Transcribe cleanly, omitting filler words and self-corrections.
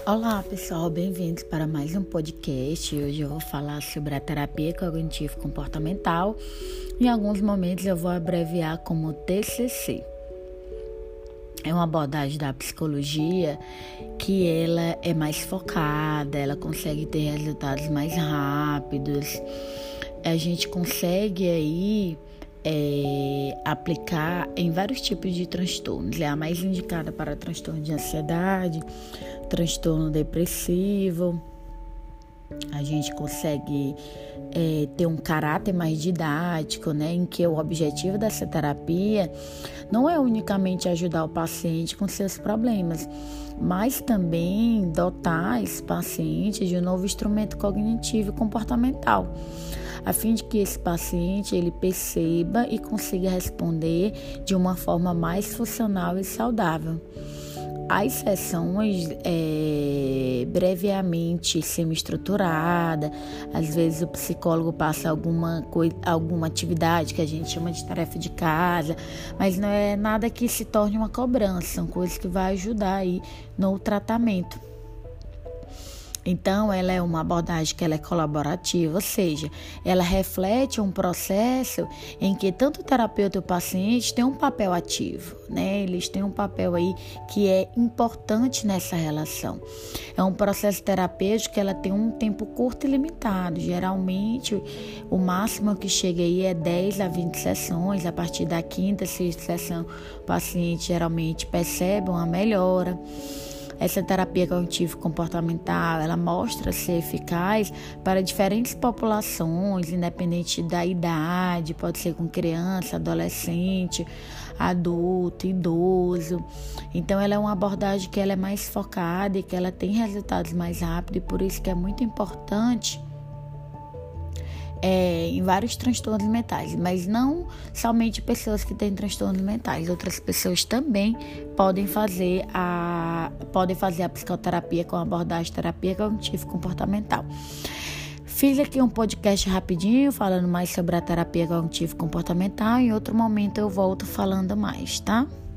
Olá pessoal, bem-vindos para mais um podcast. Hoje eu vou falar sobre a terapia cognitivo-comportamental. Em alguns momentos eu vou abreviar como TCC. É uma abordagem da psicologia que ela é mais focada, ela consegue ter resultados mais rápidos. A gente consegue aí aplicar em vários tipos de transtornos. É a mais indicada para transtorno de ansiedade, transtorno depressivo. A gente consegue ter um caráter mais didático, né? Em que o objetivo dessa terapia não é unicamente ajudar o paciente com seus problemas, mas também dotar esse paciente de um novo instrumento cognitivo e comportamental, a fim de que esse paciente ele perceba e consiga responder de uma forma mais funcional e saudável. As sessões brevemente semi-estruturada, às vezes o psicólogo passa alguma atividade que a gente chama de tarefa de casa, mas não é nada que se torne uma cobrança, são coisas que vai ajudar aí no tratamento. Então, ela é uma abordagem que ela é colaborativa, ou seja, ela reflete um processo em que tanto o terapeuta e o paciente têm um papel ativo, né? Eles têm um papel aí que é importante nessa relação. É um processo terapêutico que ela tem um tempo curto e limitado. Geralmente, o máximo que chega aí é 10 a 20 sessões. A partir da quinta, sexta sessão, o paciente geralmente percebe uma melhora. Essa terapia cognitivo-comportamental, ela mostra ser eficaz para diferentes populações, independente da idade, pode ser com criança, adolescente, adulto, idoso. Então, ela é uma abordagem que ela é mais focada e que ela tem resultados mais rápidos, e por isso que é muito importante em vários transtornos mentais, mas não somente pessoas que têm transtornos mentais, outras pessoas também podem fazer a psicoterapia com a abordagem terapia cognitivo-comportamental. Fiz aqui um podcast rapidinho falando mais sobre a terapia cognitivo-comportamental. Em outro momento eu volto falando mais, tá?